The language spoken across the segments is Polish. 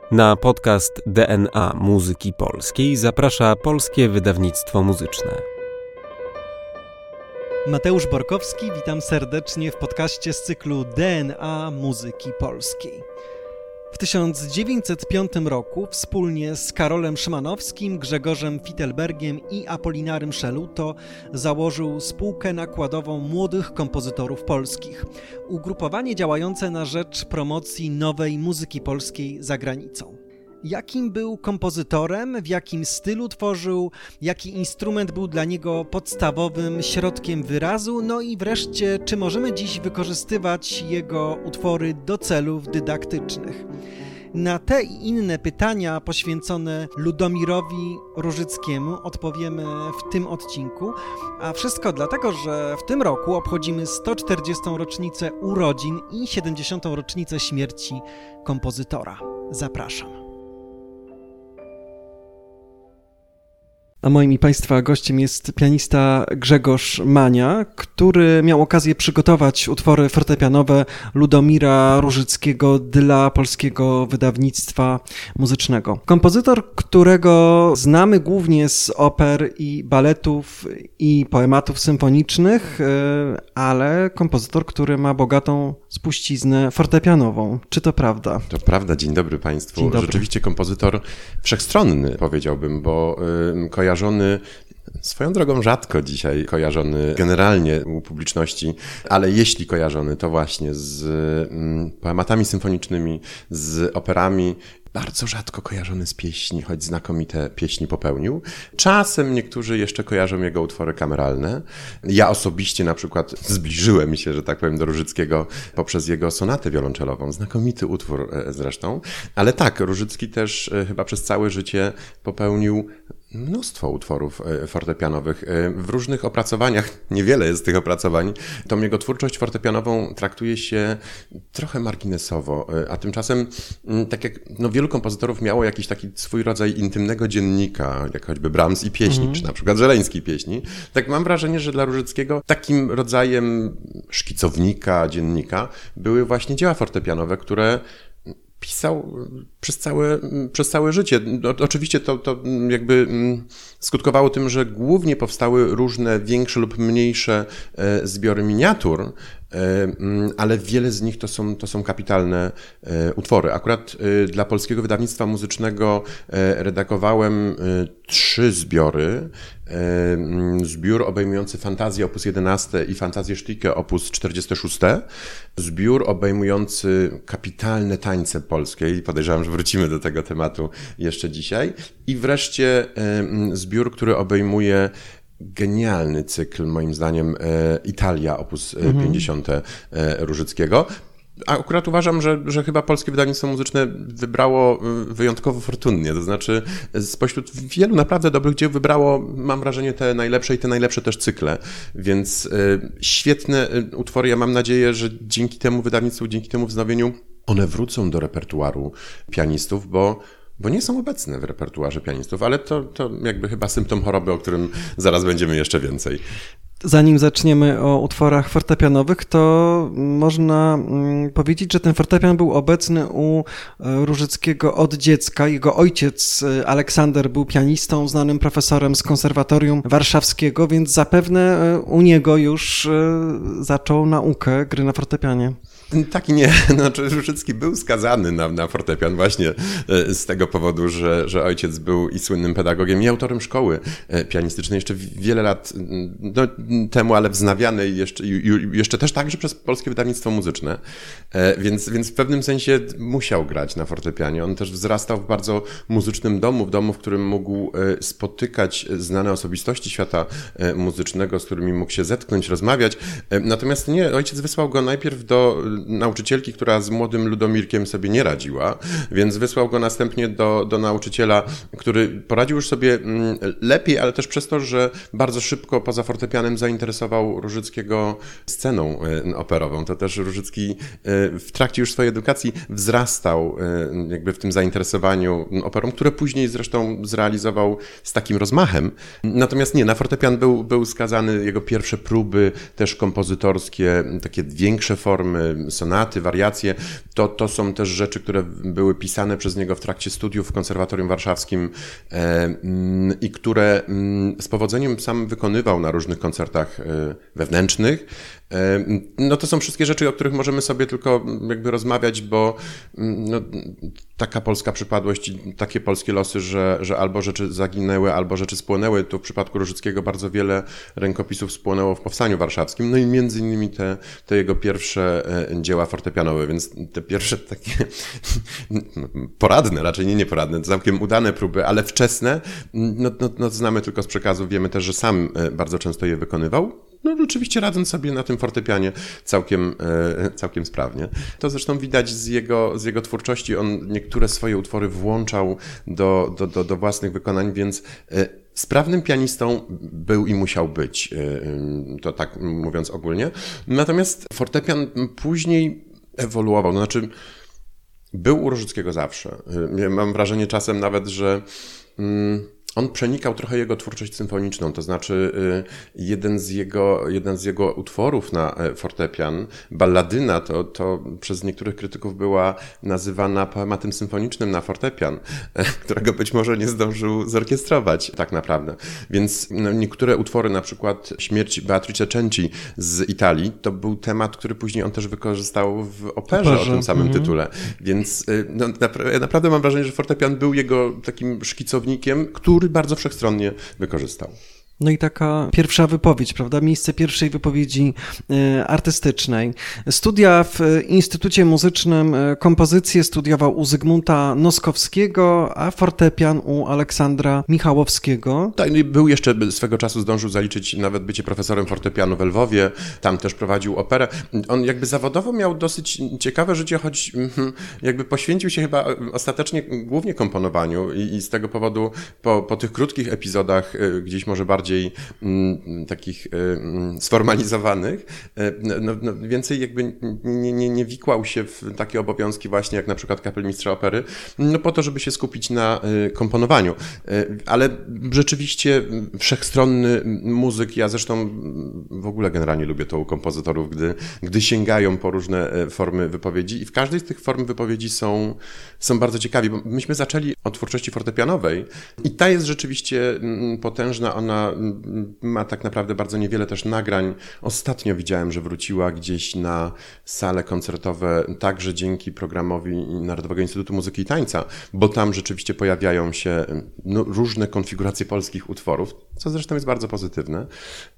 Na podcast DNA Muzyki Polskiej zaprasza Polskie Wydawnictwo Muzyczne. Mateusz Borkowski, witam serdecznie w podcaście z cyklu DNA Muzyki Polskiej. W 1905 roku wspólnie z Karolem Szymanowskim, Grzegorzem Fittelbergiem i Apolinarym Szeluto założył spółkę nakładową młodych kompozytorów polskich, ugrupowanie działające na rzecz promocji nowej muzyki polskiej za granicą. Jakim był kompozytorem, w jakim stylu tworzył, jaki instrument był dla niego podstawowym środkiem wyrazu, no i wreszcie, czy możemy dziś wykorzystywać jego utwory do celów dydaktycznych. Na te i inne pytania poświęcone Ludomirowi Różyckiemu odpowiemy w tym odcinku, a wszystko dlatego, że w tym roku obchodzimy 140. rocznicę urodzin i 70. rocznicę śmierci kompozytora. Zapraszam. A moim i Państwa gościem jest pianista Grzegorz Mania, który miał okazję przygotować utwory fortepianowe Ludomira Różyckiego dla Polskiego Wydawnictwa Muzycznego. Kompozytor, którego znamy głównie z oper i baletów i poematów symfonicznych, ale kompozytor, który ma bogatą spuściznę fortepianową. Czy to prawda? To prawda. Dzień dobry Państwu. Dzień dobry. Rzeczywiście kompozytor wszechstronny, powiedziałbym, bo kojarzony, swoją drogą rzadko dzisiaj kojarzony generalnie u publiczności, ale jeśli kojarzony, to właśnie z poematami symfonicznymi, z operami, bardzo rzadko kojarzony z pieśni, choć znakomite pieśni popełnił. Czasem niektórzy jeszcze kojarzą jego utwory kameralne. Ja osobiście na przykład zbliżyłem się, że tak powiem, do Różyckiego poprzez jego sonatę wiolonczelową. Znakomity utwór zresztą. Ale tak, Różycki też chyba przez całe życie popełnił mnóstwo utworów fortepianowych. W różnych opracowaniach, niewiele jest tych opracowań, tą jego twórczość fortepianową traktuje się trochę marginesowo, a tymczasem, tak jak wielu kompozytorów miało jakiś taki swój rodzaj intymnego dziennika, jak choćby Brahms i pieśni, czy na przykład Żeleński pieśni, tak mam wrażenie, że dla Różyckiego takim rodzajem szkicownika, dziennika były właśnie dzieła fortepianowe, które pisał przez całe życie. Oczywiście to jakby skutkowało tym, że głównie powstały różne większe lub mniejsze zbiory miniatur, ale wiele z nich to są kapitalne utwory. Akurat dla Polskiego Wydawnictwa Muzycznego redagowałem 3 zbiory. Zbiór obejmujący Fantazję op. 11 i Fantazję Sztykę op. 46. Zbiór obejmujący kapitalne tańce polskie i podejrzewam, że wrócimy do tego tematu jeszcze dzisiaj. I wreszcie zbiór, który obejmuje genialny cykl, moim zdaniem, Italia op. 50 Różyckiego. A akurat uważam, że chyba Polskie Wydawnictwo Muzyczne wybrało wyjątkowo fortunnie. To znaczy spośród wielu naprawdę dobrych dzieł wybrało, mam wrażenie, te najlepsze i te najlepsze też cykle. Więc świetne utwory. Ja mam nadzieję, że dzięki temu wydawnictwu, dzięki temu wznowieniu one wrócą do repertuaru pianistów, bo nie są obecne w repertuarze pianistów, ale to jakby chyba symptom choroby, o którym zaraz będziemy jeszcze więcej. Zanim zaczniemy o utworach fortepianowych, to można powiedzieć, że ten fortepian był obecny u Różyckiego od dziecka. Jego ojciec Aleksander był pianistą, znanym profesorem z Konserwatorium Warszawskiego, więc zapewne u niego już zaczął naukę gry na fortepianie. Tak i nie. Znaczy, Różycki był skazany na fortepian właśnie z tego powodu, że ojciec był i słynnym pedagogiem i autorem szkoły pianistycznej jeszcze wiele lat temu, ale wznawianej jeszcze też także przez Polskie Wydawnictwo Muzyczne. Więc w pewnym sensie musiał grać na fortepianie. On też wzrastał w bardzo muzycznym domu, w domu, w którym mógł spotykać znane osobistości świata muzycznego, z którymi mógł się zetknąć, rozmawiać. Natomiast nie, ojciec wysłał go najpierw do nauczycielki, która z młodym Ludomirkiem sobie nie radziła, więc wysłał go następnie do nauczyciela, który poradził już sobie lepiej, ale też przez to, że bardzo szybko poza fortepianem zainteresował Różyckiego sceną operową. To też Różycki w trakcie już swojej edukacji wzrastał jakby w tym zainteresowaniu operą, które później zresztą zrealizował z takim rozmachem. Natomiast nie, na fortepian był skazany, jego pierwsze próby też kompozytorskie, takie większe formy, sonaty, wariacje, to są też rzeczy, które były pisane przez niego w trakcie studiów w Konserwatorium Warszawskim i które z powodzeniem sam wykonywał na różnych koncertach wewnętrznych. No to są wszystkie rzeczy, o których możemy sobie tylko jakby rozmawiać, bo no, taka polska przypadłość i takie polskie losy, że albo rzeczy zaginęły, albo rzeczy spłonęły. Tu w przypadku Różyckiego bardzo wiele rękopisów spłonęło w Powstaniu Warszawskim, no i między innymi te jego pierwsze dzieła fortepianowe, więc te pierwsze takie poradne, raczej nieporadne, całkiem udane próby, ale wczesne, no znamy tylko z przekazu, wiemy też, że sam bardzo często je wykonywał. No rzeczywiście radząc sobie na tym fortepianie całkiem sprawnie. To zresztą widać z jego twórczości. On niektóre swoje utwory włączał do własnych wykonań, więc sprawnym pianistą był i musiał być, to tak mówiąc ogólnie. Natomiast fortepian później ewoluował, to znaczy był u Różyckiego zawsze. Mam wrażenie czasem nawet, że on przenikał trochę jego twórczość symfoniczną, to znaczy jeden z jego utworów na fortepian, Balladyna, to przez niektórych krytyków była nazywana poematem symfonicznym na fortepian, którego być może nie zdążył zorkiestrować tak naprawdę. Więc niektóre utwory, na przykład Śmierć Beatrice Cenci z Italii, to był temat, który później on też wykorzystał w operze o tym samym tytule. Więc ja naprawdę mam wrażenie, że fortepian był jego takim szkicownikiem, który bardzo wszechstronnie wykorzystał. No i taka pierwsza wypowiedź, prawda? Miejsce pierwszej wypowiedzi artystycznej. Studia w Instytucie Muzycznym kompozycję studiował u Zygmunta Noskowskiego, a fortepian u Aleksandra Michałowskiego. Tak, no i był jeszcze swego czasu, zdążył zaliczyć nawet bycie profesorem fortepianu w Lwowie, tam też prowadził operę. On jakby zawodowo miał dosyć ciekawe życie, choć jakby poświęcił się chyba ostatecznie głównie komponowaniu i z tego powodu po tych krótkich epizodach gdzieś może bardziej takich sformalizowanych, więcej jakby nie wikłał się w takie obowiązki właśnie jak na przykład kapelmistrza opery, no po to, żeby się skupić na komponowaniu. Ale rzeczywiście wszechstronny muzyk, ja zresztą w ogóle generalnie lubię to u kompozytorów, gdy sięgają po różne formy wypowiedzi i w każdej z tych form wypowiedzi są bardzo ciekawi, bo myśmy zaczęli od twórczości fortepianowej i ta jest rzeczywiście potężna, ona ma tak naprawdę bardzo niewiele też nagrań. Ostatnio widziałem, że wróciła gdzieś na sale koncertowe, także dzięki programowi Narodowego Instytutu Muzyki i Tańca, bo tam rzeczywiście pojawiają się różne konfiguracje polskich utworów, co zresztą jest bardzo pozytywne.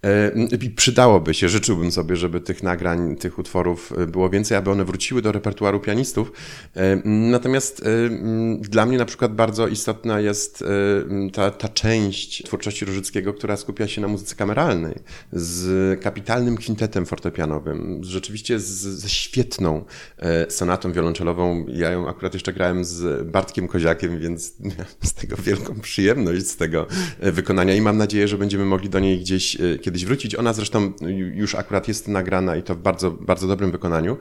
I przydałoby się, życzyłbym sobie, żeby tych nagrań, tych utworów było więcej, aby one wróciły do repertuaru pianistów. Natomiast dla mnie na przykład bardzo istotna jest ta część twórczości Różyckiego, która skupia się na muzyce kameralnej, z kapitalnym kwintetem fortepianowym, rzeczywiście ze świetną sonatą wiolonczelową. Ja ją akurat jeszcze grałem z Bartkiem Koziakiem, więc z tego wielką przyjemność z tego wykonania i mam nadzieję, że będziemy mogli do niej gdzieś kiedyś wrócić. Ona zresztą już akurat jest nagrana i to w bardzo, bardzo dobrym wykonaniu.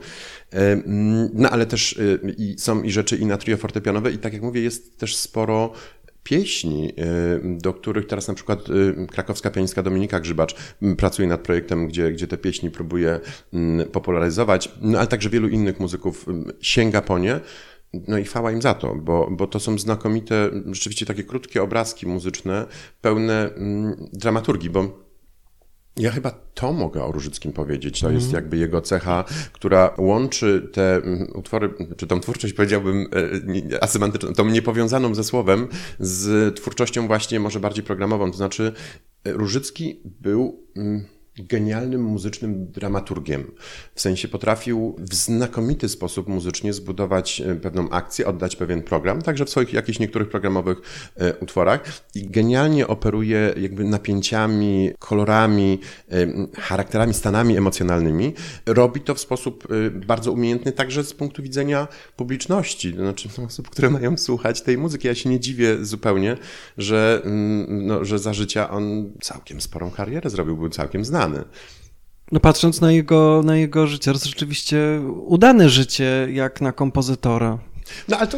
No ale też są i rzeczy i na trio fortepianowe i tak jak mówię, jest też sporo pieśni, do których teraz na przykład krakowska pianistka Dominika Grzybacz pracuje nad projektem, gdzie te pieśni próbuje popularyzować, no ale także wielu innych muzyków sięga po nie. No i chwała im za to, bo to są znakomite, rzeczywiście takie krótkie obrazki muzyczne, pełne dramaturgii, bo ja chyba to mogę o Różyckim powiedzieć. To jest jakby jego cecha, która łączy te utwory, czy tą twórczość, powiedziałbym, asymantyczną, tą niepowiązaną ze słowem, z twórczością właśnie może bardziej programową. To znaczy Różycki był genialnym muzycznym dramaturgiem. W sensie potrafił w znakomity sposób muzycznie zbudować pewną akcję, oddać pewien program, także w swoich jakichś niektórych programowych utworach i genialnie operuje jakby napięciami, kolorami, charakterami, stanami emocjonalnymi. Robi to w sposób bardzo umiejętny także z punktu widzenia publiczności, to znaczy osób, które mają słuchać tej muzyki. Ja się nie dziwię zupełnie, że za życia on całkiem sporą karierę zrobił, był całkiem znany. No patrząc na jego życie, to rzeczywiście udane życie jak na kompozytora. No ale to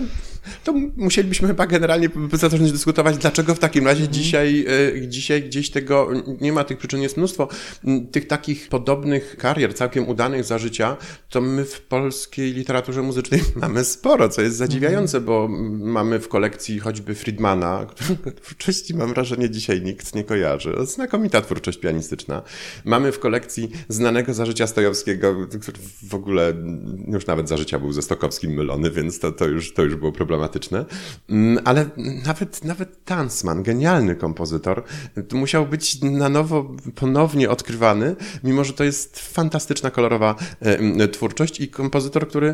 To musielibyśmy chyba generalnie zacząć dyskutować, dlaczego w takim razie dzisiaj gdzieś tego nie ma. Tych przyczyn jest mnóstwo. Tych takich podobnych karier, całkiem udanych za życia, to my w polskiej literaturze muzycznej mamy sporo, co jest zadziwiające, bo mamy w kolekcji choćby Friedmana, którego twórczości mam wrażenie dzisiaj nikt nie kojarzy. Znakomita twórczość pianistyczna. Mamy w kolekcji znanego za życia Stojowskiego, który w ogóle już nawet za życia był ze Stokowskim mylony, więc to już było problematyczne. Ale nawet Tansman, genialny kompozytor, musiał być na nowo ponownie odkrywany, mimo że to jest fantastyczna, kolorowa twórczość i kompozytor, który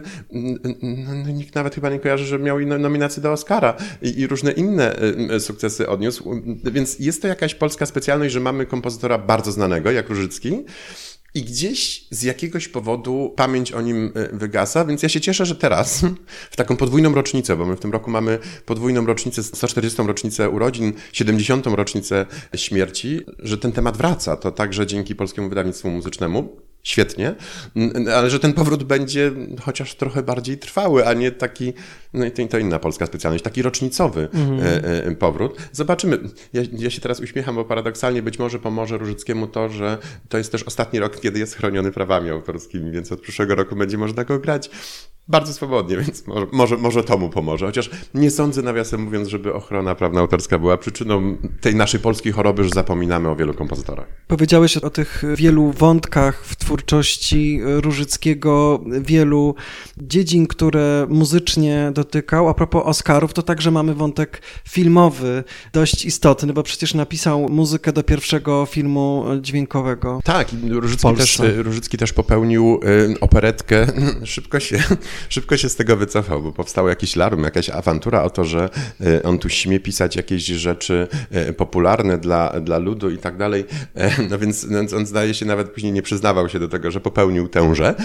nikt nawet chyba nie kojarzy, że miał nominację do Oscara i różne inne sukcesy odniósł. Więc jest to jakaś polska specjalność, że mamy kompozytora bardzo znanego, jak Różycki, i gdzieś z jakiegoś powodu pamięć o nim wygasa, więc ja się cieszę, że teraz, w taką podwójną rocznicę, bo my w tym roku mamy podwójną rocznicę, 140. rocznicę urodzin, 70. rocznicę śmierci, że ten temat wraca. To także dzięki Polskiemu Wydawnictwu Muzycznemu. Świetnie, ale że ten powrót będzie chociaż trochę bardziej trwały, a nie taki, no i to inna polska specjalność, taki rocznicowy powrót. Zobaczymy. Ja się teraz uśmiecham, bo paradoksalnie być może pomoże Różyckiemu to, że to jest też ostatni rok, kiedy jest chroniony prawami autorskimi, więc od przyszłego roku będzie można go grać bardzo swobodnie, więc może to mu pomoże. Chociaż nie sądzę, nawiasem mówiąc, żeby ochrona prawna autorska była przyczyną tej naszej polskiej choroby, że zapominamy o wielu kompozytorach. Powiedziałeś o tych wielu wątkach w twórczości Różyckiego, wielu dziedzin, które muzycznie dotykał. A propos Oscarów, to także mamy wątek filmowy, dość istotny, bo przecież napisał muzykę do pierwszego filmu dźwiękowego. Tak, Różycki też popełnił operetkę. Szybko się z tego wycofał, bo powstało jakieś larum, jakaś awantura o to, że on tu śmie pisać jakieś rzeczy popularne dla ludu i tak dalej. No więc on zdaje się nawet później nie przyznawał się do tego, że popełnił tęże,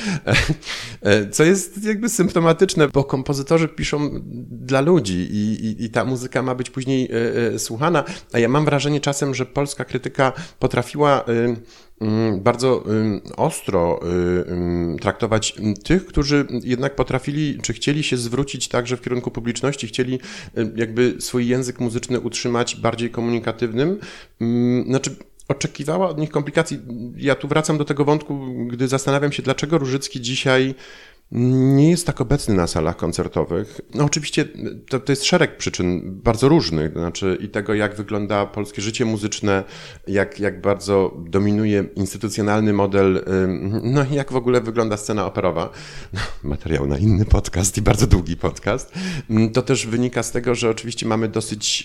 co jest jakby symptomatyczne, bo kompozytorzy piszą dla ludzi i ta muzyka ma być później słuchana, a ja mam wrażenie czasem, że polska krytyka potrafiła bardzo ostro traktować tych, którzy jednak potrafili, czy chcieli się zwrócić także w kierunku publiczności, chcieli jakby swój język muzyczny utrzymać bardziej komunikatywnym. Znaczy, oczekiwała od nich komplikacji. Ja tu wracam do tego wątku, gdy zastanawiam się, dlaczego Różycki dzisiaj nie jest tak obecny na salach koncertowych. No oczywiście to jest szereg przyczyn bardzo różnych, znaczy i tego, jak wygląda polskie życie muzyczne, jak bardzo dominuje instytucjonalny model, no i jak w ogóle wygląda scena operowa. No, materiał na inny podcast i bardzo długi podcast. To też wynika z tego, że oczywiście mamy dosyć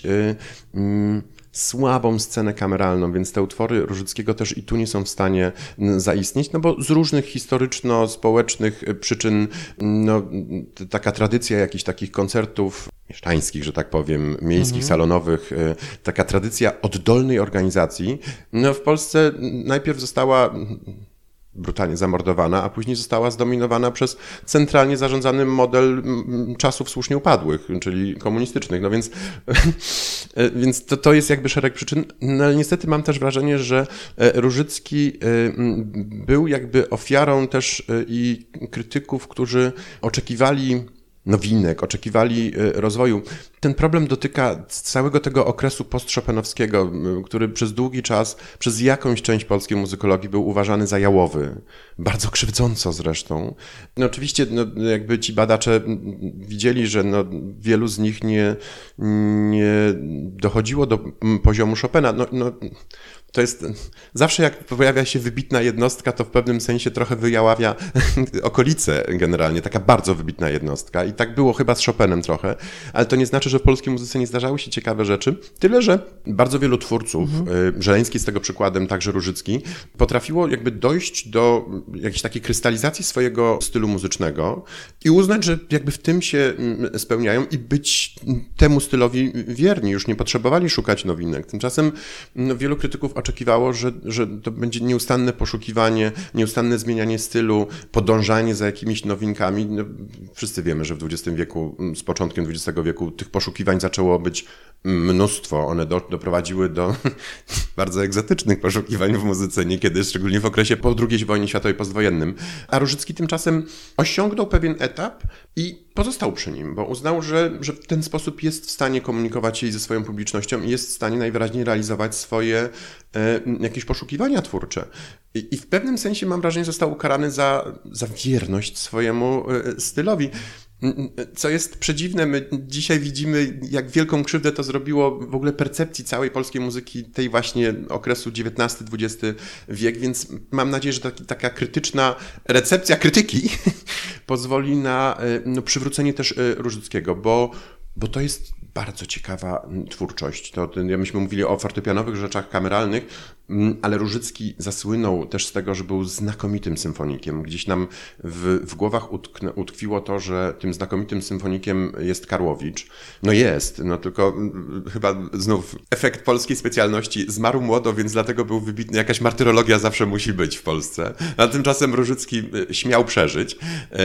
słabą scenę kameralną, więc te utwory Różyckiego też i tu nie są w stanie zaistnieć, no bo z różnych historyczno-społecznych przyczyn, no, taka tradycja jakichś takich koncertów mieszczańskich, że tak powiem, miejskich, salonowych, taka tradycja oddolnej organizacji, no w Polsce najpierw została brutalnie zamordowana, a później została zdominowana przez centralnie zarządzany model czasów słusznie upadłych, czyli komunistycznych. No więc to jest jakby szereg przyczyn. No ale niestety mam też wrażenie, że Różycki był jakby ofiarą też i krytyków, którzy oczekiwali nowinek, oczekiwali rozwoju. Ten problem dotyka całego tego okresu post-chopinowskiego, który przez długi czas, przez jakąś część polskiej muzykologii był uważany za jałowy. Bardzo krzywdząco zresztą. No oczywiście jakby ci badacze widzieli, że wielu z nich nie dochodziło do poziomu Chopina. To jest, zawsze jak pojawia się wybitna jednostka, to w pewnym sensie trochę wyjaławia okolice generalnie, taka bardzo wybitna jednostka i tak było chyba z Chopinem trochę, ale to nie znaczy, że w polskiej muzyce nie zdarzały się ciekawe rzeczy, tyle, że bardzo wielu twórców, Żeleński jest tego przykładem, także Różycki, potrafiło jakby dojść do jakiejś takiej krystalizacji swojego stylu muzycznego i uznać, że jakby w tym się spełniają i być temu stylowi wierni, już nie potrzebowali szukać nowinek. Tymczasem wielu krytyków oczekiwało, że to będzie nieustanne poszukiwanie, nieustanne zmienianie stylu, podążanie za jakimiś nowinkami. No, wszyscy wiemy, że w XX wieku, z początkiem XX wieku tych poszukiwań zaczęło być mnóstwo. One doprowadziły do bardzo egzotycznych poszukiwań w muzyce niekiedy, szczególnie w okresie po II wojnie światowej postwojennym. A Różycki tymczasem osiągnął pewien etap i pozostał przy nim, bo uznał, że w ten sposób jest w stanie komunikować się ze swoją publicznością i jest w stanie najwyraźniej realizować swoje jakieś poszukiwania twórcze. I w pewnym sensie, mam wrażenie, został ukarany za wierność swojemu stylowi. Co jest przedziwne, my dzisiaj widzimy, jak wielką krzywdę to zrobiło w ogóle percepcji całej polskiej muzyki, tej właśnie okresu XIX-XX wiek, więc mam nadzieję, że taka krytyczna recepcja krytyki pozwoli na przywrócenie też Różyckiego, bo to jest bardzo ciekawa twórczość. Myśmy mówili o fortepianowych rzeczach kameralnych, ale Różycki zasłynął też z tego, że był znakomitym symfonikiem. Gdzieś nam w głowach utkwiło to, że tym znakomitym symfonikiem jest Karłowicz. No jest, tylko chyba znów efekt polskiej specjalności. Zmarł młodo, więc dlatego był wybitny. Jakaś martyrologia zawsze musi być w Polsce. A tymczasem Różycki śmiał przeżyć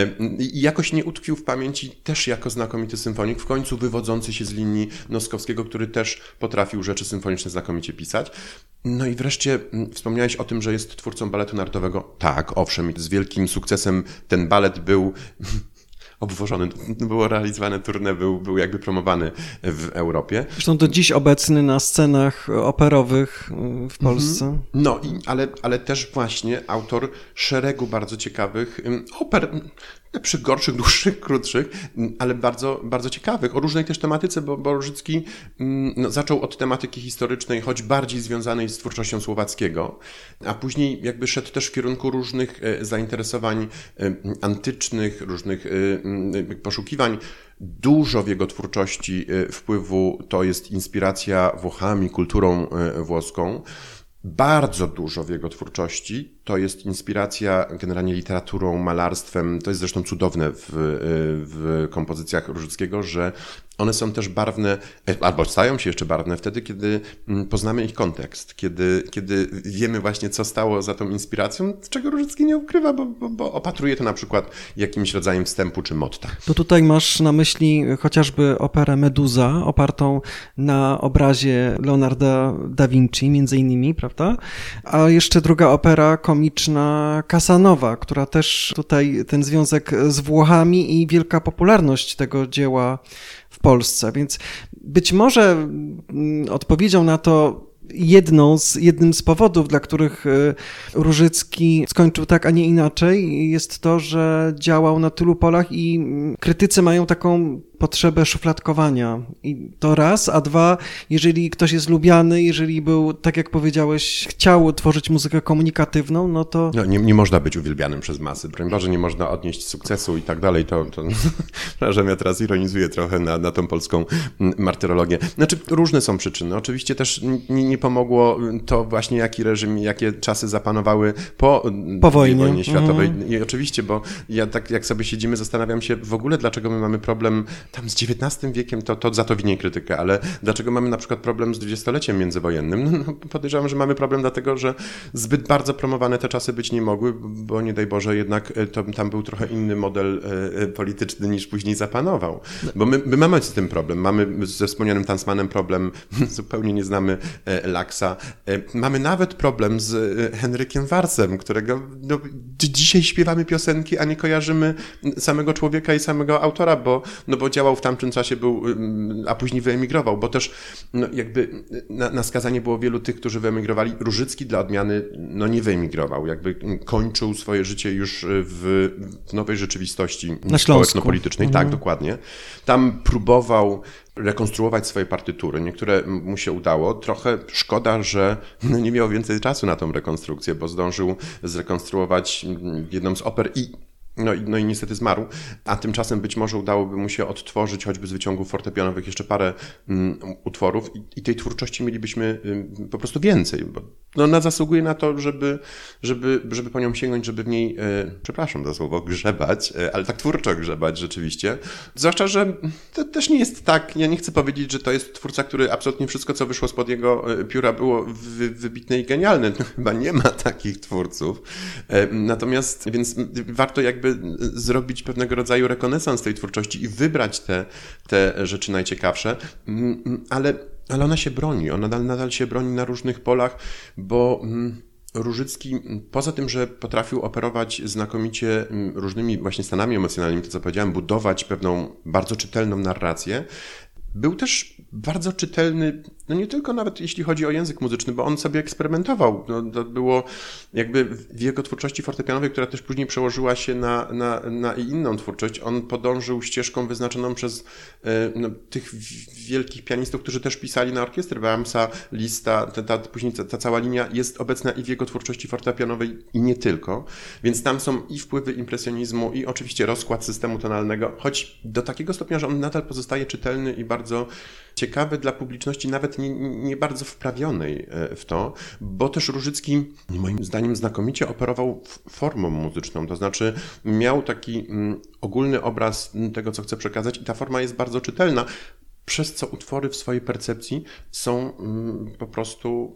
i jakoś nie utkwił w pamięci też jako znakomity symfonik, w końcu wywodzący się z linii Noskowskiego, który też potrafił rzeczy symfoniczne znakomicie pisać. No i wreszcie wspomniałeś o tym, że jest twórcą baletu narodowego. Tak, owszem, z wielkim sukcesem ten balet był obwożony, było realizowane tournée, był jakby promowany w Europie. Zresztą do dziś obecny na scenach operowych w Polsce. No, ale też właśnie autor szeregu bardzo ciekawych oper, lepszych, gorszych, dłuższych, krótszych, ale bardzo, bardzo ciekawych, o różnej też tematyce, bo Różycki zaczął od tematyki historycznej, choć bardziej związanej z twórczością Słowackiego, a później jakby szedł też w kierunku różnych zainteresowań antycznych, różnych poszukiwań. Dużo w jego twórczości wpływu to jest inspiracja Włochami, kulturą włoską. Bardzo dużo w jego twórczości to jest inspiracja generalnie literaturą, malarstwem. To jest zresztą cudowne w kompozycjach Różyckiego, że one są też barwne, albo stają się jeszcze barwne wtedy, kiedy poznamy ich kontekst, kiedy wiemy właśnie, co stało za tą inspiracją, czego Różycki nie ukrywa, bo opatruje to na przykład jakimś rodzajem wstępu czy motta. To tutaj masz na myśli chociażby operę Meduza, opartą na obrazie Leonarda da Vinci, między innymi, prawda? A jeszcze druga opera komiczna Casanowa, która też tutaj ten związek z Włochami i wielka popularność tego dzieła w Polsce, więc być może odpowiedzią na to jednym z powodów, dla których Różycki skończył tak, a nie inaczej, jest to, że działał na tylu polach i krytycy mają taką potrzebę szufladkowania. I to raz, a dwa, jeżeli ktoś jest lubiany, jeżeli był, tak jak powiedziałeś, chciał tworzyć muzykę komunikatywną, no to... No, nie można być uwielbianym przez masy. Broń Boże, nie można odnieść sukcesu i tak dalej. To przepraszam, ja teraz ironizuję trochę na tą polską martyrologię. Znaczy, różne są przyczyny. Oczywiście też nie pomogło to właśnie, jaki reżim, jakie czasy zapanowały po wojnie światowej. I oczywiście, bo ja tak jak sobie siedzimy, zastanawiam się w ogóle, dlaczego my mamy problem tam z XIX wiekiem, to za to winię krytykę, ale dlaczego mamy na przykład problem z dwudziestoleciem międzywojennym? No, podejrzewam, że mamy problem dlatego, że zbyt bardzo promowane te czasy być nie mogły, bo nie daj Boże, jednak tam był trochę inny model polityczny niż później zapanował. Bo my mamy z tym problem. Mamy ze wspomnianym Tansmanem problem, zupełnie nie znamy Laksa. Mamy nawet problem z Henrykiem Warsem, którego dzisiaj śpiewamy piosenki, a nie kojarzymy samego człowieka i samego autora, bo działał w tamtym czasie, a później wyemigrował, bo też jakby na skazanie było wielu tych, którzy wyemigrowali. Różycki dla odmiany nie wyemigrował, jakby kończył swoje życie już w nowej rzeczywistości społeczno-politycznej. Tak, dokładnie. Tam próbował rekonstruować swoje partytury. Niektóre mu się udało. Trochę szkoda, że nie miał więcej czasu na tą rekonstrukcję, bo zdążył zrekonstruować jedną z oper no i niestety zmarł, a tymczasem być może udałoby mu się odtworzyć choćby z wyciągów fortepianowych jeszcze parę utworów i tej twórczości mielibyśmy po prostu więcej, bo ona zasługuje na to, żeby po nią sięgnąć, żeby w niej, przepraszam za słowo, grzebać, ale tak twórczo grzebać rzeczywiście. Zwłaszcza, że to też nie jest tak, ja nie chcę powiedzieć, że to jest twórca, który absolutnie wszystko, co wyszło spod jego pióra, było wybitne i genialne. Chyba nie ma takich twórców. Natomiast, więc warto jakby zrobić pewnego rodzaju rekonesans tej twórczości i wybrać te rzeczy najciekawsze, ale ale ona się broni, ona nadal się broni na różnych polach, bo Różycki, poza tym, że potrafił operować znakomicie różnymi właśnie stanami emocjonalnymi, to co powiedziałem, budować pewną bardzo czytelną narrację, był też bardzo czytelny, no nie tylko nawet jeśli chodzi o język muzyczny, bo on sobie eksperymentował. No, to było jakby w jego twórczości fortepianowej, która też później przełożyła się na inną twórczość. On podążył ścieżką wyznaczoną przez tych wielkich pianistów, którzy też pisali na orkiestrę. Brahmsa, Lista, później ta cała linia jest obecna i w jego twórczości fortepianowej i nie tylko. Więc tam są i wpływy impresjonizmu i oczywiście rozkład systemu tonalnego, choć do takiego stopnia, że on nadal pozostaje czytelny i bardzo ciekawy dla publiczności, nawet nie bardzo wprawionej w to, bo też Różycki moim zdaniem znakomicie operował formą muzyczną, to znaczy miał taki ogólny obraz tego, co chce przekazać i ta forma jest bardzo czytelna, przez co utwory w swojej percepcji są po prostu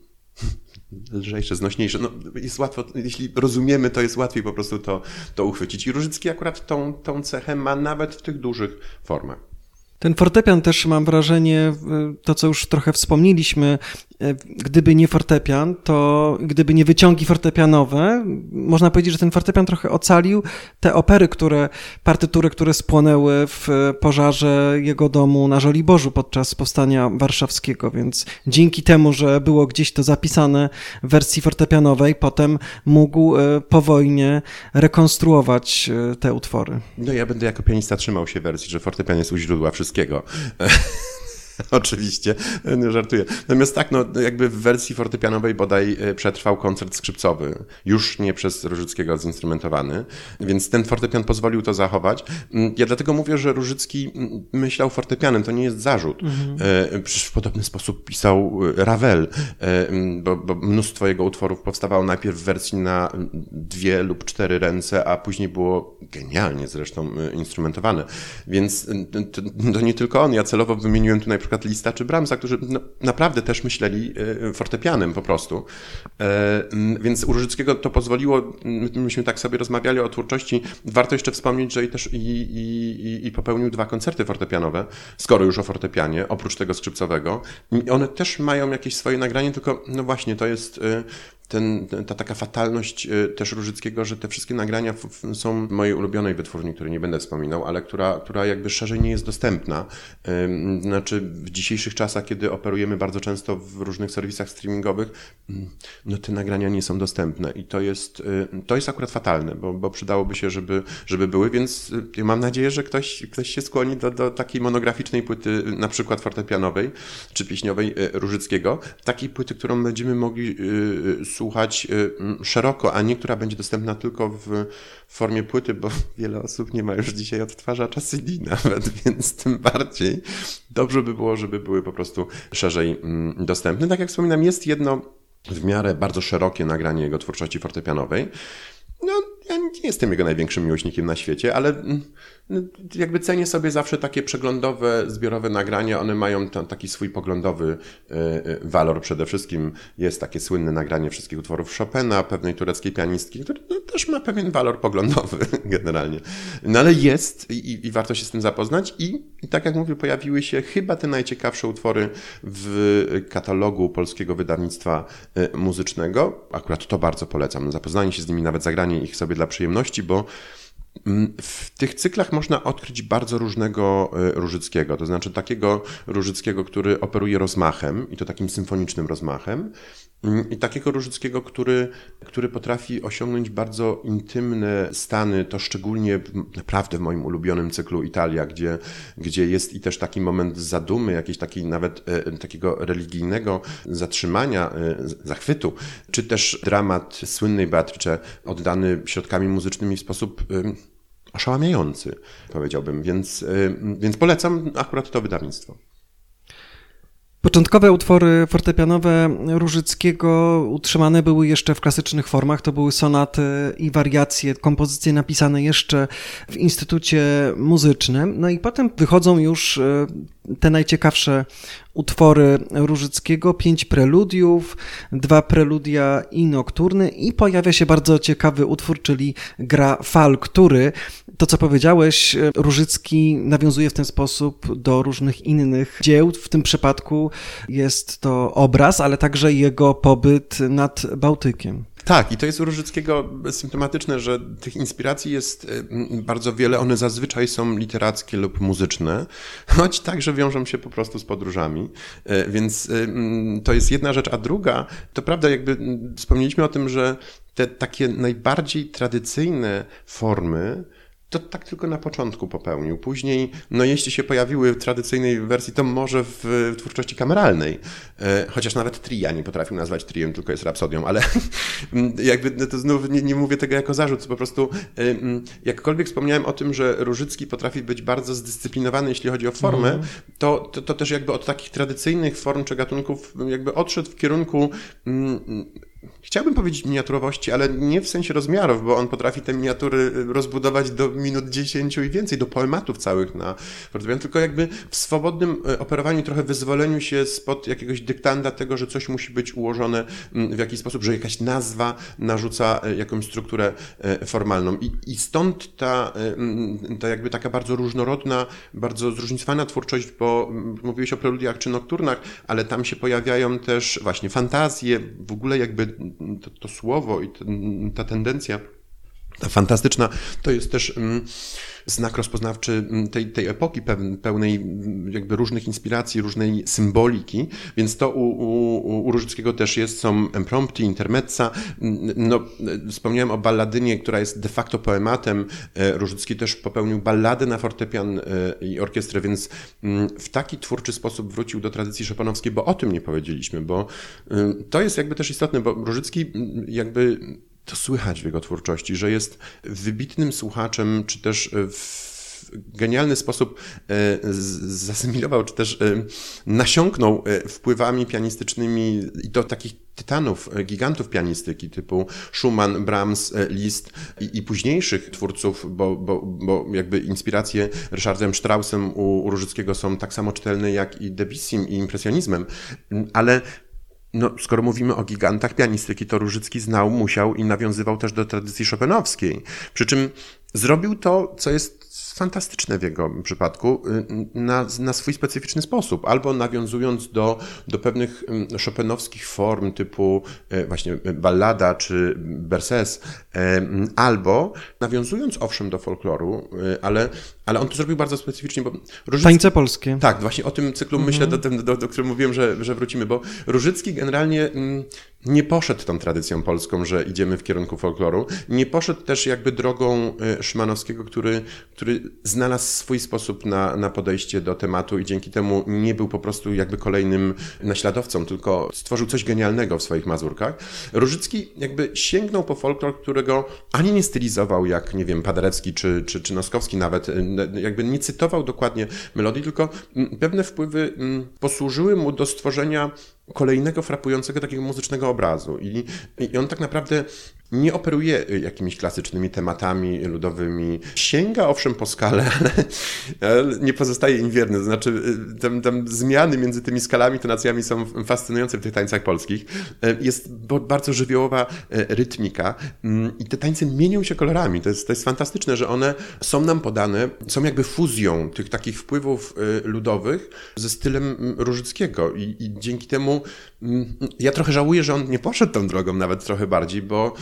lżejsze, znośniejsze. No, jest łatwo, jeśli rozumiemy, to jest łatwiej po prostu to uchwycić. I Różycki akurat tą cechę ma nawet w tych dużych formach. Ten fortepian też, mam wrażenie, to co już trochę wspomnieliśmy, gdyby nie fortepian, to gdyby nie wyciągi fortepianowe, można powiedzieć, że ten fortepian trochę ocalił te opery, partytury, które spłonęły w pożarze jego domu na Żoliborzu podczas powstania warszawskiego, więc dzięki temu, że było gdzieś to zapisane w wersji fortepianowej, potem mógł po wojnie rekonstruować te utwory. No ja będę jako pianista trzymał się wersji, że fortepian jest u źródła wszystkiego. Oczywiście, żartuję. Natomiast tak, no jakby w wersji fortepianowej bodaj przetrwał koncert skrzypcowy, już nie przez Różyckiego zinstrumentowany, więc ten fortepian pozwolił to zachować. Ja dlatego mówię, że Różycki myślał fortepianem, to nie jest zarzut. Przecież w podobny sposób pisał Ravel, bo mnóstwo jego utworów powstawało najpierw w wersji na 2 lub 4 ręce, a później było genialnie zresztą instrumentowane. Więc to nie tylko on, ja celowo wymieniłem tu na przykład Lista czy Brahmsa, którzy naprawdę też myśleli fortepianem po prostu. Więc u Różyckiego to pozwoliło, myśmy tak sobie rozmawiali o twórczości, warto jeszcze wspomnieć, że też i popełnił 2 koncerty fortepianowe, skoro już o fortepianie, oprócz tego skrzypcowego. I one też mają jakieś swoje nagranie, tylko no właśnie to jest ta taka fatalność też Różyckiego, że te wszystkie nagrania są mojej ulubionej wytwórni, której nie będę wspominał, ale która jakby szerzej nie jest dostępna. Znaczy w dzisiejszych czasach, kiedy operujemy bardzo często w różnych serwisach streamingowych, no te nagrania nie są dostępne i to jest akurat fatalne, bo przydałoby się, żeby były, więc ja mam nadzieję, że ktoś się skłoni do takiej monograficznej płyty, na przykład fortepianowej czy pieśniowej Różyckiego, takiej płyty, którą będziemy mogli słuchać szeroko, a nie która będzie dostępna tylko w formie płyty, bo wiele osób nie ma już dzisiaj odtwarzacza CD nawet, więc tym bardziej dobrze by było, żeby były po prostu szerzej dostępne. Tak jak wspominam, jest jedno w miarę bardzo szerokie nagranie jego twórczości fortepianowej. No, ja nie jestem jego największym miłośnikiem na świecie, ale jakby cenię sobie zawsze takie przeglądowe, zbiorowe nagrania. One mają taki swój poglądowy walor przede wszystkim. Jest takie słynne nagranie wszystkich utworów Chopina, pewnej tureckiej pianistki, który też ma pewien walor poglądowy generalnie. No ale jest i warto się z tym zapoznać. I tak jak mówię, pojawiły się chyba te najciekawsze utwory w katalogu Polskiego Wydawnictwa Muzycznego. Akurat to bardzo polecam. Zapoznanie się z nimi, nawet zagranie ich sobie dla przyjemności, bo w tych cyklach można odkryć bardzo różnego Różyckiego, to znaczy takiego Różyckiego, który operuje rozmachem i to takim symfonicznym rozmachem i takiego Różyckiego, który potrafi osiągnąć bardzo intymne stany, to szczególnie naprawdę w moim ulubionym cyklu Italia, gdzie jest i też taki moment zadumy, jakiejś takiej nawet takiego religijnego zatrzymania, zachwytu, czy też dramat słynnej Beatrice oddany środkami muzycznymi w sposób oszałamiający, powiedziałbym, więc polecam akurat to wydawnictwo. Początkowe utwory fortepianowe Różyckiego utrzymane były jeszcze w klasycznych formach. To były sonaty i wariacje, kompozycje napisane jeszcze w Instytucie Muzycznym. No i potem wychodzą już te najciekawsze utwory Różyckiego, 5 preludiów, 2 preludia i nokturny i pojawia się bardzo ciekawy utwór, czyli gra fal, który To, co powiedziałeś, Różycki nawiązuje w ten sposób do różnych innych dzieł. W tym przypadku jest to obraz, ale także jego pobyt nad Bałtykiem. Tak, i to jest u Różyckiego symptomatyczne, że tych inspiracji jest bardzo wiele. One zazwyczaj są literackie lub muzyczne, choć także wiążą się po prostu z podróżami. Więc to jest jedna rzecz, a druga, to prawda, jakby wspomnieliśmy o tym, że te takie najbardziej tradycyjne formy to tak tylko na początku popełnił. Później, jeśli się pojawiły w tradycyjnej wersji, to może w twórczości kameralnej. Chociaż nawet tria nie potrafił nazwać triem, tylko jest rapsodią, ale jakby to znów nie mówię tego jako zarzut, po prostu jakkolwiek wspomniałem o tym, że Różycki potrafi być bardzo zdyscyplinowany, jeśli chodzi o formę, to też jakby od takich tradycyjnych form czy gatunków jakby odszedł w kierunku chciałbym powiedzieć miniaturowości, ale nie w sensie rozmiarów, bo on potrafi te miniatury rozbudować do minut 10 i więcej, do poematów całych na fortepianie, tylko jakby w swobodnym operowaniu, trochę wyzwoleniu się spod jakiegoś dyktanda tego, że coś musi być ułożone w jakiś sposób, że jakaś nazwa narzuca jakąś strukturę formalną. I stąd ta jakby taka bardzo różnorodna, bardzo zróżnicowana twórczość, bo mówiłeś o preludiach czy nokturnach, ale tam się pojawiają też właśnie fantazje, w ogóle jakby to słowo i ta tendencja ta fantastyczna, to jest też znak rozpoznawczy tej epoki pełnej jakby różnych inspiracji, różnej symboliki, więc to u Różyckiego też są impromptu, intermezza. Wspomniałem o balladynie, która jest de facto poematem. Różycki też popełnił balladę na fortepian i orkiestrę, więc w taki twórczy sposób wrócił do tradycji chopinowskiej, bo o tym nie powiedzieliśmy, bo to jest jakby też istotne, bo Różycki jakby to słychać w jego twórczości, że jest wybitnym słuchaczem, czy też w genialny sposób zasymilował, czy też nasiąknął wpływami pianistycznymi i to takich tytanów, gigantów pianistyki typu Schumann, Brahms, Liszt i późniejszych twórców, bo jakby inspiracje Ryszardem Straussem u Różyckiego są tak samo czytelne jak i Debussym i impresjonizmem, ale skoro mówimy o gigantach pianistyki, to Różycki znał, musiał i nawiązywał też do tradycji chopinowskiej. Przy czym zrobił to, co jest fantastyczne w jego przypadku, na swój specyficzny sposób. Albo nawiązując do pewnych chopinowskich form typu właśnie ballada czy berceuse, albo nawiązując owszem do folkloru, ale on to zrobił bardzo specyficznie, bo Różycki... Tańce polskie. Tak, właśnie o tym cyklu myślę, do którym mówiłem, że wrócimy, bo Różycki generalnie nie poszedł tą tradycją polską, że idziemy w kierunku folkloru. Nie poszedł też jakby drogą Szymanowskiego, który znalazł swój sposób na podejście do tematu i dzięki temu nie był po prostu jakby kolejnym naśladowcą, tylko stworzył coś genialnego w swoich mazurkach. Różycki jakby sięgnął po folklor, którego ani nie stylizował jak, nie wiem, Paderewski czy Noskowski nawet, jakby nie cytował dokładnie melodii, tylko pewne wpływy posłużyły mu do stworzenia kolejnego frapującego takiego muzycznego obrazu. I on tak naprawdę nie operuje jakimiś klasycznymi tematami ludowymi. Sięga owszem po skalę, ale nie pozostaje im wierny. To znaczy tam zmiany między tymi skalami, tonacjami są fascynujące w tych tańcach polskich. Jest bardzo żywiołowa rytmika i te tańce mienią się kolorami. To jest fantastyczne, że one są nam podane, są jakby fuzją tych takich wpływów ludowych ze stylem Różyckiego i dzięki temu ja trochę żałuję, że on nie poszedł tą drogą nawet trochę bardziej, bo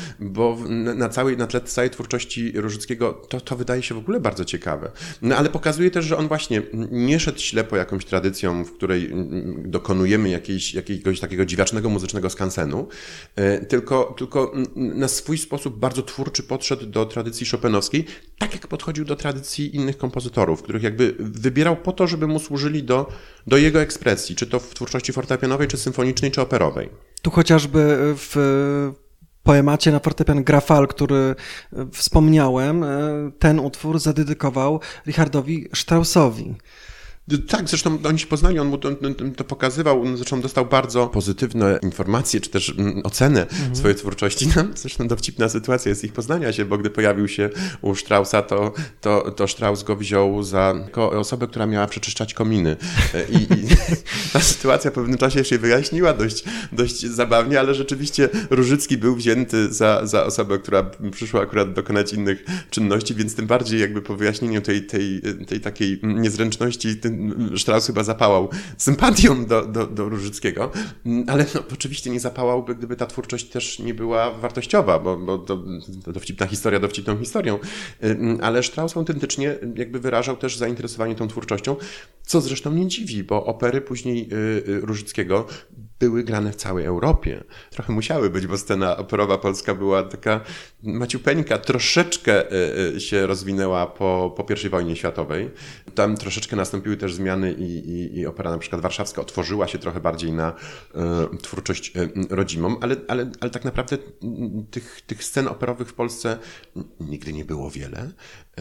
na tle całej twórcieści Różyckiego to wydaje się w ogóle bardzo ciekawe. Ale pokazuje też, że on właśnie nie szedł ślepo jakąś tradycją, w której dokonujemy jakiegoś takiego dziwacznego muzycznego skansenu, tylko na swój sposób bardzo twórczy podszedł do tradycji chopinowskiej, tak jak podchodził do tradycji innych kompozytorów, których jakby wybierał po to, żeby mu służyli do jego ekspresji, czy to w twórczości fortepianowej, czy symfonicznej, czy operowej. Tu chociażby w poemacie na fortepian Grafal, który wspomniałem, ten utwór zadedykował Richardowi Straussowi. Tak, zresztą oni się poznali, on mu to pokazywał, zresztą dostał bardzo pozytywne informacje, czy też ocenę swojej twórczości. Zresztą dowcipna sytuacja jest ich poznania się, bo gdy pojawił się u Straussa, to Strauss go wziął jako osobę, która miała przeczyszczać kominy. I ta sytuacja w pewnym czasie się wyjaśniła dość zabawnie, ale rzeczywiście Różycki był wzięty za osobę, która przyszła akurat dokonać innych czynności, więc tym bardziej jakby po wyjaśnieniu tej takiej niezręczności Strauss chyba zapałał sympatią do Różyckiego, ale oczywiście nie zapałałby, gdyby ta twórczość też nie była wartościowa, bo to dowcipna historia dowcipną historią, ale Strauss autentycznie jakby wyrażał też zainteresowanie tą twórczością, co zresztą nie dziwi, bo opery później Różyckiego były grane w całej Europie. Trochę musiały być, bo scena operowa polska była taka maciupeńka, troszeczkę się rozwinęła po I wojnie światowej. Tam troszeczkę nastąpiły też zmiany i opera na przykład warszawska otworzyła się trochę bardziej na twórczość rodzimą, ale tak naprawdę tych scen operowych w Polsce nigdy nie było wiele.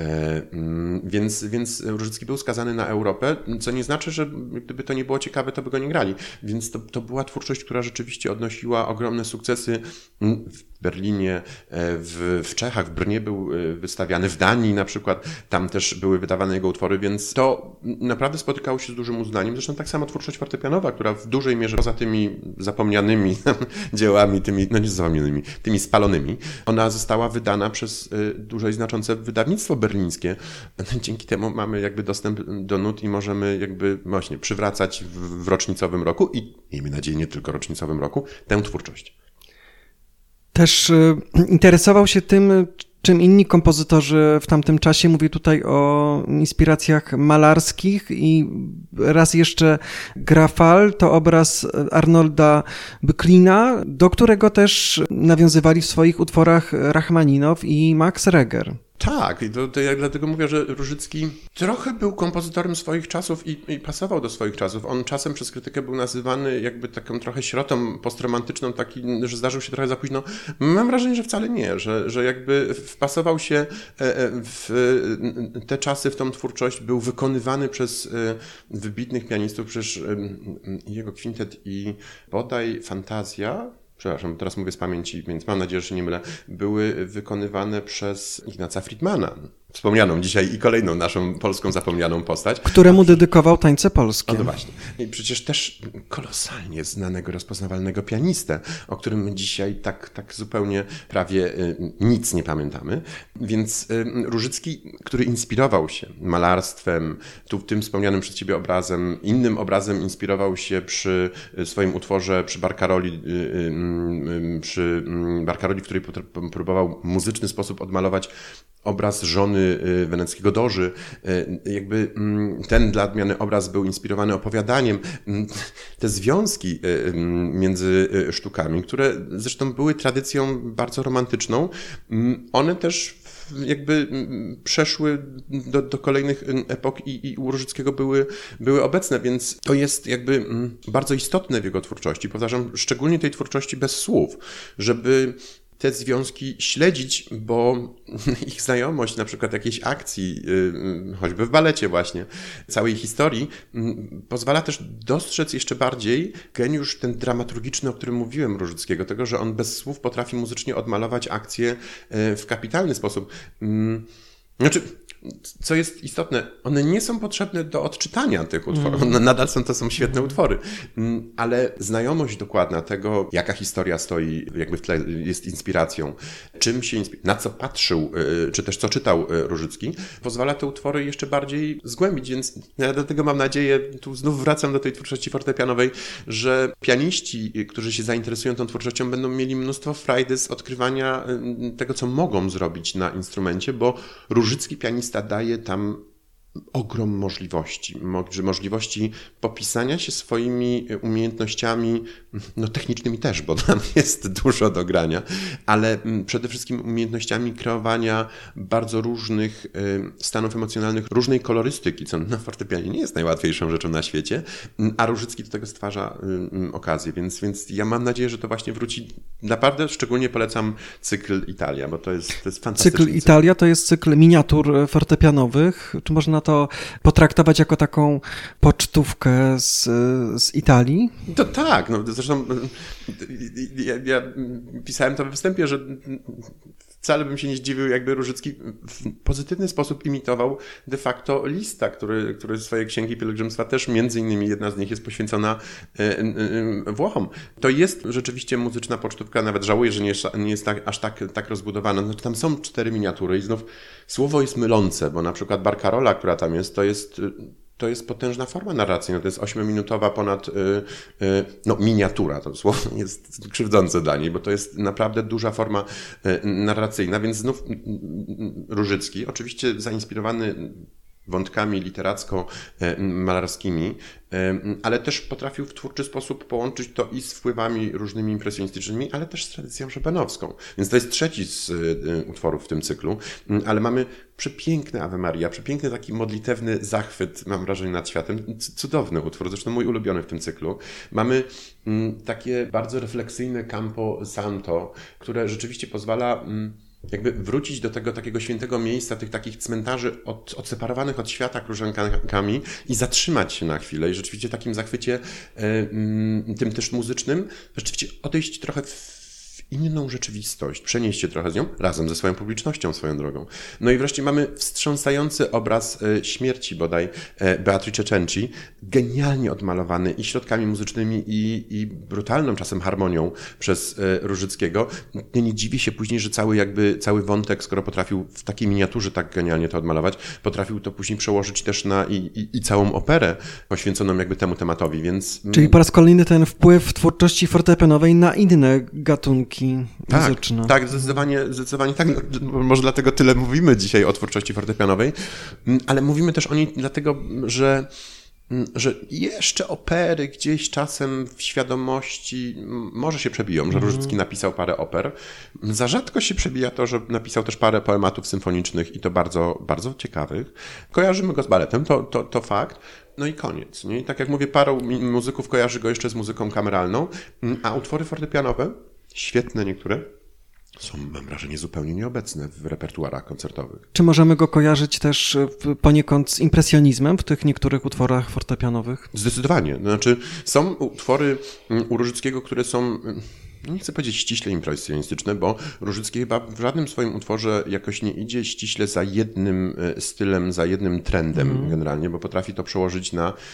Więc Różycki był skazany na Europę, co nie znaczy, że gdyby to nie było ciekawe, to by go nie grali. Więc to była twórczość, która rzeczywiście odnosiła ogromne sukcesy w Berlinie, w Czechach, w Brnie był wystawiany, w Danii na przykład, tam też były wydawane jego utwory, więc to naprawdę spotykało się z dużym uznaniem. Zresztą tak samo twórczość fortepianowa, która w dużej mierze poza tymi zapomnianymi dziełami, tymi spalonymi, ona została wydana przez duże i znaczące wydawnictwo berlińskie. Dzięki temu mamy jakby dostęp do nut i możemy jakby właśnie przywracać w rocznicowym roku i miejmy nadzieję nie tylko rocznicowym roku tę twórczość. Też interesował się tym, czym inni kompozytorzy w tamtym czasie. Mówię tutaj o inspiracjach malarskich i raz jeszcze Grafal to obraz Arnolda Böcklina, do którego też nawiązywali w swoich utworach Rachmaninow i Max Reger. Tak, i to ja dlatego mówię, że Różycki trochę był kompozytorem swoich czasów i pasował do swoich czasów. On czasem przez krytykę był nazywany jakby taką trochę sierotą postromantyczną, taki, że zdarzył się trochę za późno. Mam wrażenie, że wcale nie, że jakby wpasował się w te czasy, w tą twórczość, był wykonywany przez wybitnych pianistów, przecież jego kwintet i bodaj Fantazja, przepraszam, teraz mówię z pamięci, więc mam nadzieję, że się nie mylę, były wykonywane przez Ignaca Friedmana, wspomnianą dzisiaj i kolejną naszą polską zapomnianą postać. Któremu dedykował tańce polskie. No właśnie. I przecież też kolosalnie znanego, rozpoznawalnego pianistę, o którym my dzisiaj tak zupełnie prawie nic nie pamiętamy. Więc Różycki, który inspirował się malarstwem, tym wspomnianym przez ciebie obrazem, innym obrazem inspirował się przy swoim utworze, przy Barkaroli, w której próbował w muzyczny sposób odmalować obraz żony weneckiego doży. Jakby ten dla odmiany obraz był inspirowany opowiadaniem. Te związki między sztukami, które zresztą były tradycją bardzo romantyczną, one też jakby przeszły do kolejnych epok i u Różyckiego były obecne, więc to jest jakby bardzo istotne w jego twórczości. Powtarzam, szczególnie tej twórczości bez słów, żeby te związki śledzić, bo ich znajomość na przykład jakiejś akcji, choćby w balecie właśnie, całej historii, pozwala też dostrzec jeszcze bardziej geniusz ten dramaturgiczny, o którym mówiłem Różyckiego, tego, że on bez słów potrafi muzycznie odmalować akcję w kapitalny sposób. Znaczy, co jest istotne, one nie są potrzebne do odczytania tych utworów. Nadal to są świetne utwory, ale znajomość dokładna tego, jaka historia stoi jakby w tle, jest inspiracją, czym się na co patrzył, czy też co czytał Różycki, pozwala te utwory jeszcze bardziej zgłębić, więc ja dlatego mam nadzieję, tu znów wracam do tej twórczości fortepianowej, że pianiści, którzy się zainteresują tą twórczością, będą mieli mnóstwo frajdy z odkrywania tego, co mogą zrobić na instrumencie, bo Różycki pianista daje tam ogrom możliwości popisania się swoimi umiejętnościami, technicznymi też, bo tam jest dużo do grania, ale przede wszystkim umiejętnościami kreowania bardzo różnych stanów emocjonalnych, różnej kolorystyki, co na fortepianie nie jest najłatwiejszą rzeczą na świecie, a Różycki do tego stwarza okazję, więc ja mam nadzieję, że to właśnie wróci. Naprawdę szczególnie polecam cykl Italia, bo to jest fantastyczny Cykl Italia to jest cykl miniatur fortepianowych, czy można na to potraktować jako taką pocztówkę z Italii? To tak, no zresztą ja pisałem to we wstępie, że wcale bym się nie zdziwił, jakby Różycki w pozytywny sposób imitował de facto Lista, który swoje księgi pielgrzymstwa też między innymi jedna z nich jest poświęcona Włochom. To jest rzeczywiście muzyczna pocztówka, nawet żałuję, że nie jest aż tak rozbudowana. Znaczy, tam są 4 miniatury i znów słowo jest mylące, bo na przykład Barcarola, która tam jest, to jest potężna forma narracyjna, to jest 8-minutowa ponad miniatura, to słowo jest krzywdzące dla niej, bo to jest naprawdę duża forma narracyjna, więc znów Różycki, oczywiście zainspirowany wątkami literacko-malarskimi, ale też potrafił w twórczy sposób połączyć to i z wpływami różnymi impresjonistycznymi, ale też z tradycją chopinowską. Więc to jest trzeci z utworów w tym cyklu, ale mamy przepiękny Ave Maria, przepiękny taki modlitewny zachwyt, mam wrażenie, nad światem. Cudowny utwór, zresztą mój ulubiony w tym cyklu. Mamy takie bardzo refleksyjne Campo Santo, które rzeczywiście pozwala jakby wrócić do tego takiego świętego miejsca, tych takich cmentarzy odseparowanych od świata krużankami i zatrzymać się na chwilę i rzeczywiście w takim zachwycie tym też muzycznym, rzeczywiście odejść trochę w inną rzeczywistość, przenieść się trochę z nią razem ze swoją publicznością, swoją drogą. No i wreszcie mamy wstrząsający obraz śmierci bodaj Beatrice Cenci, genialnie odmalowany i środkami muzycznymi i brutalną czasem harmonią przez Różyckiego. Nie dziwię się później, że cały wątek, skoro potrafił w takiej miniaturze tak genialnie to odmalować, potrafił to później przełożyć też na i całą operę poświęconą jakby temu tematowi, więc... Czyli po raz kolejny ten wpływ twórczości fortepianowej na inne gatunki muzyczne. Tak, zdecydowanie tak. No, może dlatego tyle mówimy dzisiaj o twórczości fortepianowej, ale mówimy też o niej dlatego, że jeszcze opery gdzieś czasem w świadomości może się przebiją, że Różycki napisał parę oper. Za rzadko się przebija to, że napisał też parę poematów symfonicznych i to bardzo, bardzo ciekawych. Kojarzymy go z baletem, to fakt. No i koniec. Nie? I tak jak mówię, paru muzyków kojarzy go jeszcze z muzyką kameralną, a utwory fortepianowe, świetne niektóre, są, mam wrażenie, zupełnie nieobecne w repertuarach koncertowych. Czy możemy go kojarzyć też poniekąd z impresjonizmem w tych niektórych utworach fortepianowych? Zdecydowanie. Znaczy, są utwory u Różyckiego, które są... Nie chcę powiedzieć ściśle impresjonistyczne, bo Różycki chyba w żadnym swoim utworze jakoś nie idzie ściśle za jednym stylem, za jednym trendem generalnie, bo potrafi to przełożyć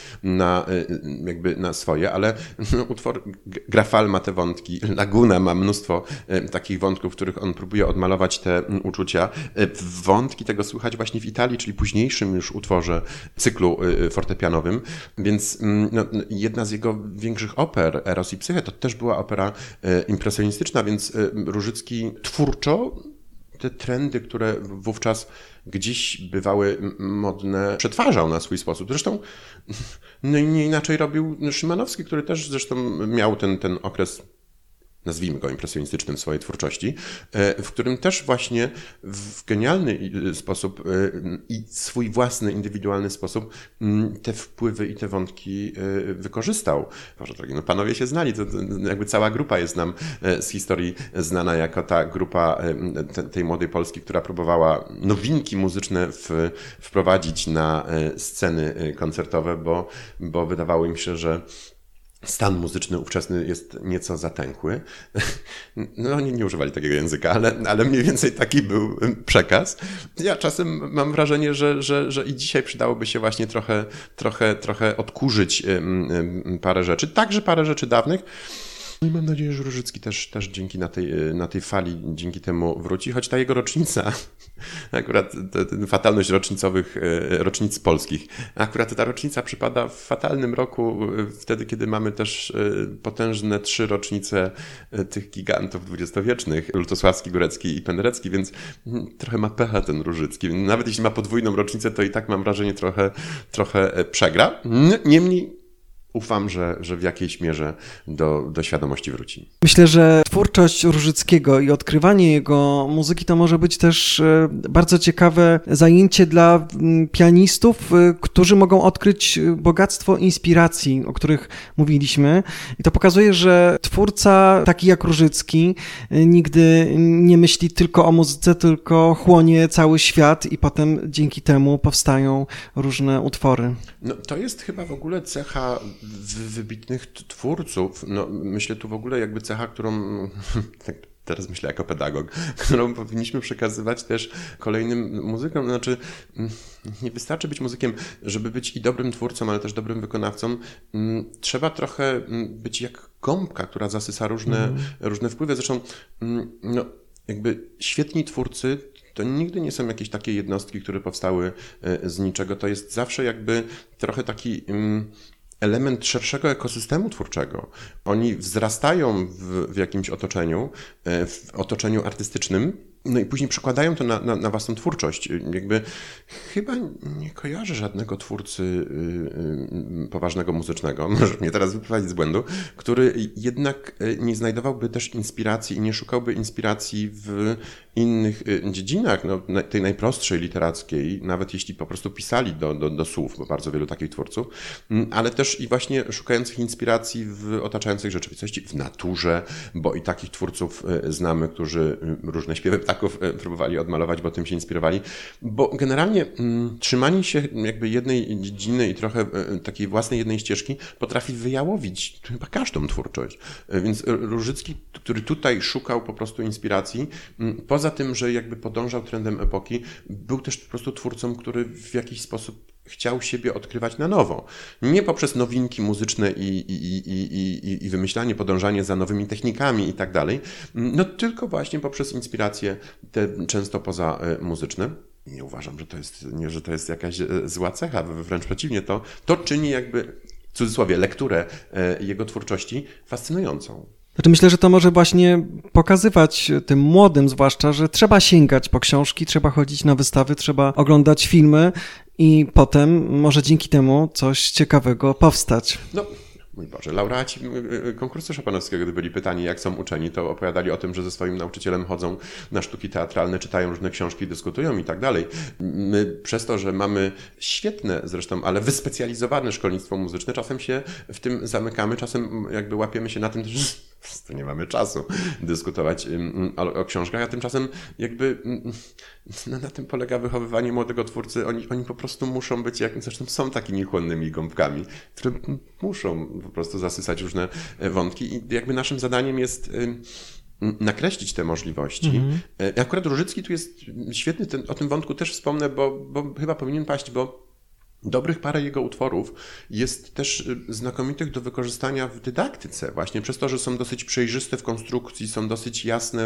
na swoje, ale utwór Grafal ma te wątki, Laguna ma mnóstwo takich wątków, w których on próbuje odmalować te uczucia. Wątki tego słychać właśnie w Italii, czyli późniejszym już utworze cyklu fortepianowym, więc jedna z jego większych oper, Eros i Psyche, to też była opera impresjonistyczna, więc Różycki twórczo te trendy, które wówczas gdzieś bywały modne, przetwarzał na swój sposób. Zresztą nie inaczej robił Szymanowski, który też zresztą miał ten okres, nazwijmy go impresjonistycznym w swojej twórczości, w którym też właśnie w genialny sposób i swój własny, indywidualny sposób te wpływy i te wątki wykorzystał. Boże drogi, no panowie się znali, to jakby cała grupa jest nam z historii znana jako ta grupa tej młodej Polski, która próbowała nowinki muzyczne wprowadzić na sceny koncertowe, bo wydawało im się, że stan muzyczny ówczesny jest nieco zatęchły. No oni nie używali takiego języka, ale mniej więcej taki był przekaz. Ja czasem mam wrażenie, że i dzisiaj przydałoby się właśnie trochę odkurzyć parę rzeczy, także parę rzeczy dawnych. No i mam nadzieję, że Różycki też dzięki na tej fali dzięki temu wróci, choć ta jego rocznica, akurat fatalność rocznic polskich, akurat ta rocznica przypada w fatalnym roku, wtedy kiedy mamy też potężne 3 rocznice tych gigantów dwudziestowiecznych, Lutosławski, Górecki i Penderecki, więc trochę ma pecha ten Różycki. Nawet jeśli ma podwójną rocznicę, to i tak mam wrażenie trochę przegra. Niemniej ufam, że w jakiejś mierze do świadomości wróci. Myślę, że twórczość Różyckiego i odkrywanie jego muzyki to może być też bardzo ciekawe zajęcie dla pianistów, którzy mogą odkryć bogactwo inspiracji, o których mówiliśmy. I to pokazuje, że twórca taki jak Różycki nigdy nie myśli tylko o muzyce, tylko chłonie cały świat i potem dzięki temu powstają różne utwory. No, to jest chyba w ogóle cecha wybitnych twórców. No, myślę tu w ogóle jakby cecha, którą, teraz myślę jako pedagog, którą powinniśmy przekazywać też kolejnym muzykom. Znaczy, nie wystarczy być muzykiem, żeby być i dobrym twórcą, ale też dobrym wykonawcą. Trzeba trochę być jak gąbka, która zasysa różne wpływy. Zresztą, no, jakby świetni twórcy to nigdy nie są jakieś takie jednostki, które powstały z niczego. To jest zawsze jakby trochę taki element szerszego ekosystemu twórczego. Oni wzrastają w jakimś otoczeniu, w otoczeniu artystycznym, no i później przekładają to na własną twórczość. Jakby chyba nie kojarzę żadnego twórcy poważnego muzycznego, może mnie teraz wyprowadzić z błędu, który jednak nie znajdowałby też inspiracji i nie szukałby inspiracji w innych dziedzinach, no, tej najprostszej literackiej, nawet jeśli po prostu pisali do słów, bo bardzo wielu takich twórców, ale też i właśnie szukających inspiracji w otaczającej rzeczywistości, w naturze, bo i takich twórców znamy, którzy różne śpiewy ptaków próbowali odmalować, bo tym się inspirowali, bo generalnie trzymanie się jakby jednej dziedziny i trochę takiej własnej jednej ścieżki potrafi wyjałowić chyba każdą twórczość. Więc Różycki, który tutaj szukał po prostu inspiracji, poza tym, że jakby podążał trendem epoki, był też po prostu twórcą, który w jakiś sposób chciał siebie odkrywać na nowo. Nie poprzez nowinki muzyczne i wymyślanie, podążanie za nowymi technikami i tak dalej, no tylko właśnie poprzez inspiracje te często pozamuzyczne. Nie uważam, że to jest jakaś zła cecha, wręcz przeciwnie, to czyni jakby, w cudzysłowie, lekturę jego twórczości fascynującą. Znaczy myślę, że to może właśnie pokazywać tym młodym zwłaszcza, że trzeba sięgać po książki, trzeba chodzić na wystawy, trzeba oglądać filmy i potem może dzięki temu coś ciekawego powstać. No. Mój Boże, laureaci konkursu Chopinowskiego, gdy byli pytani, jak są uczeni, to opowiadali o tym, że ze swoim nauczycielem chodzą na sztuki teatralne, czytają różne książki, dyskutują i tak dalej. My przez to, że mamy świetne zresztą, ale wyspecjalizowane szkolnictwo muzyczne, czasem się w tym zamykamy, czasem jakby łapiemy się na tym, że to nie mamy czasu dyskutować o książkach, a tymczasem jakby na tym polega wychowywanie młodego twórcy. Oni po prostu muszą być, zresztą są takimi chłonnymi gąbkami, które muszą po prostu zasysać różne wątki i jakby naszym zadaniem jest nakreślić te możliwości. Akurat Różycki tu jest świetny, o tym wątku też wspomnę, bo chyba powinien paść, bo dobrych parę jego utworów jest też znakomitych do wykorzystania w dydaktyce, właśnie przez to, że są dosyć przejrzyste w konstrukcji, są dosyć jasne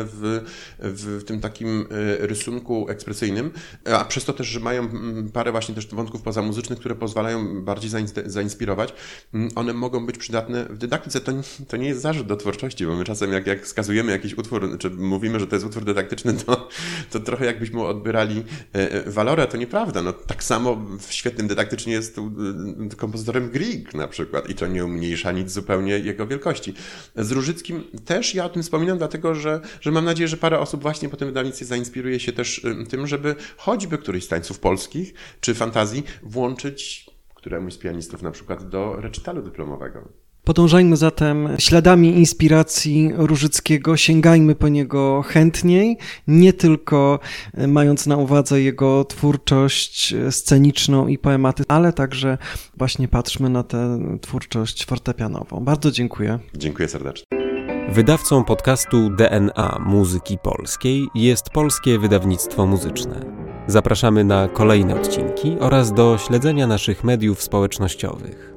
w tym takim rysunku ekspresyjnym, a przez to też, że mają parę właśnie też wątków pozamuzycznych, które pozwalają bardziej zainspirować, one mogą być przydatne w dydaktyce. To nie jest zarzut do twórczości, bo my czasem jak wskazujemy jakiś utwór, czy mówimy, że to jest utwór dydaktyczny, to trochę jakbyśmy odbierali walorę, to nieprawda. No, tak samo w świetnym dydaktycznie jest kompozytorem Grieg na przykład i to nie umniejsza nic zupełnie jego wielkości. Z Różyckim też ja o tym wspominam, dlatego że mam nadzieję, że parę osób właśnie po tym wydawnictwie zainspiruje się też tym, żeby choćby któryś z tańców polskich czy fantazji włączyć któremuś z pianistów na przykład do recitalu dyplomowego. Podążajmy zatem śladami inspiracji Różyckiego, sięgajmy po niego chętniej, nie tylko mając na uwadze jego twórczość sceniczną i poematy, ale także właśnie patrzmy na tę twórczość fortepianową. Bardzo dziękuję. Dziękuję serdecznie. Wydawcą podcastu DNA Muzyki Polskiej jest Polskie Wydawnictwo Muzyczne. Zapraszamy na kolejne odcinki oraz do śledzenia naszych mediów społecznościowych.